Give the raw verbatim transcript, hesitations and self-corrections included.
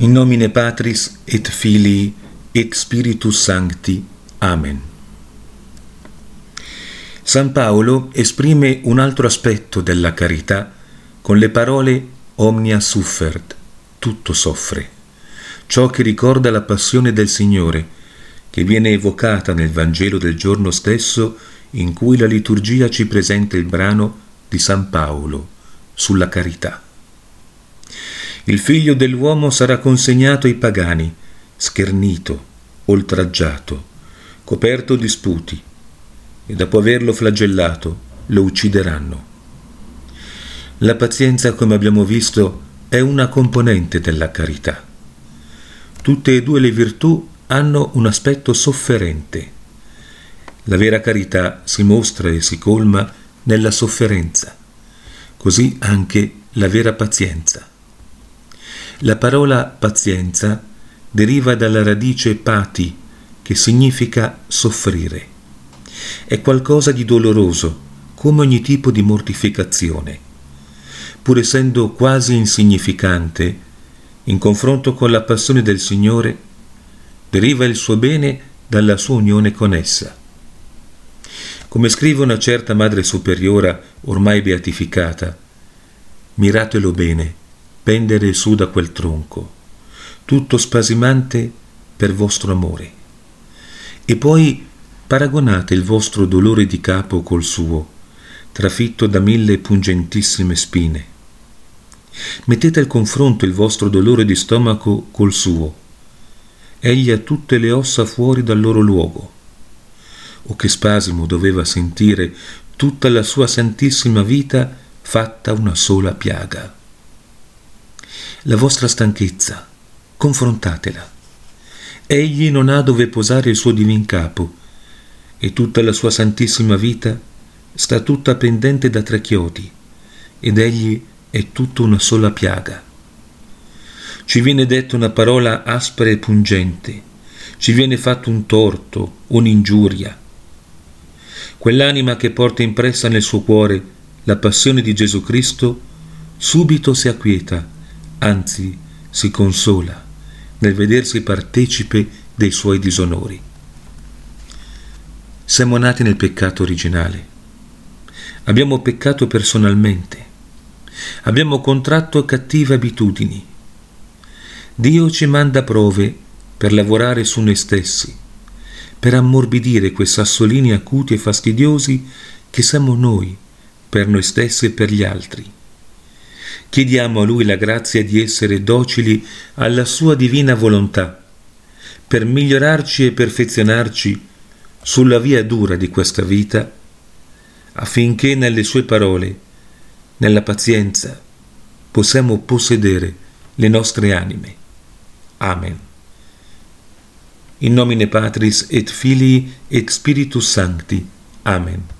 In nomine Patris et Filii et Spiritus Sancti. Amen. San Paolo esprime un altro aspetto della carità con le parole omnia suffert, tutto soffre, ciò che ricorda la passione del Signore, che viene evocata nel Vangelo del giorno stesso in cui la liturgia ci presenta il brano di San Paolo sulla carità. Il figlio dell'uomo sarà consegnato ai pagani, schernito, oltraggiato, coperto di sputi, e dopo averlo flagellato lo uccideranno. La pazienza, come abbiamo visto, è una componente della carità. Tutte e due le virtù hanno un aspetto sofferente. La vera carità si mostra e si colma nella sofferenza, così anche la vera pazienza. La parola pazienza deriva dalla radice pati, che significa soffrire. È qualcosa di doloroso, come ogni tipo di mortificazione. Pur essendo quasi insignificante, in confronto con la passione del Signore, deriva il suo bene dalla sua unione con essa. Come scrive una certa Madre Superiora ormai beatificata: miratelo bene, pendere su da quel tronco, tutto spasimante per vostro amore. E poi paragonate il vostro dolore di capo col suo, trafitto da mille pungentissime spine. Mettete al confronto il vostro dolore di stomaco col suo. Egli ha tutte le ossa fuori dal loro luogo. O che spasimo doveva sentire tutta la sua santissima vita fatta una sola piaga. La vostra stanchezza, confrontatela. Egli non ha dove posare il suo divin capo, e tutta la sua santissima vita sta tutta pendente da tre chiodi, ed egli è tutta una sola piaga. Ci viene detta una parola aspra e pungente, ci viene fatto un torto, un'ingiuria. Quell'anima che porta impressa nel suo cuore la passione di Gesù Cristo subito si acquieta, anzi si consola nel vedersi partecipe dei suoi disonori. Siamo nati nel peccato originale. Abbiamo peccato personalmente. Abbiamo contratto cattive abitudini. Dio ci manda prove per lavorare su noi stessi, per ammorbidire quei sassolini acuti e fastidiosi che siamo noi, per noi stessi e per gli altri. Chiediamo a Lui la grazia di essere docili alla Sua divina volontà, per migliorarci e perfezionarci sulla via dura di questa vita, affinché nelle Sue parole, nella pazienza, possiamo possedere le nostre anime. Amen. In nomine Patris et Filii et Spiritus Sancti. Amen.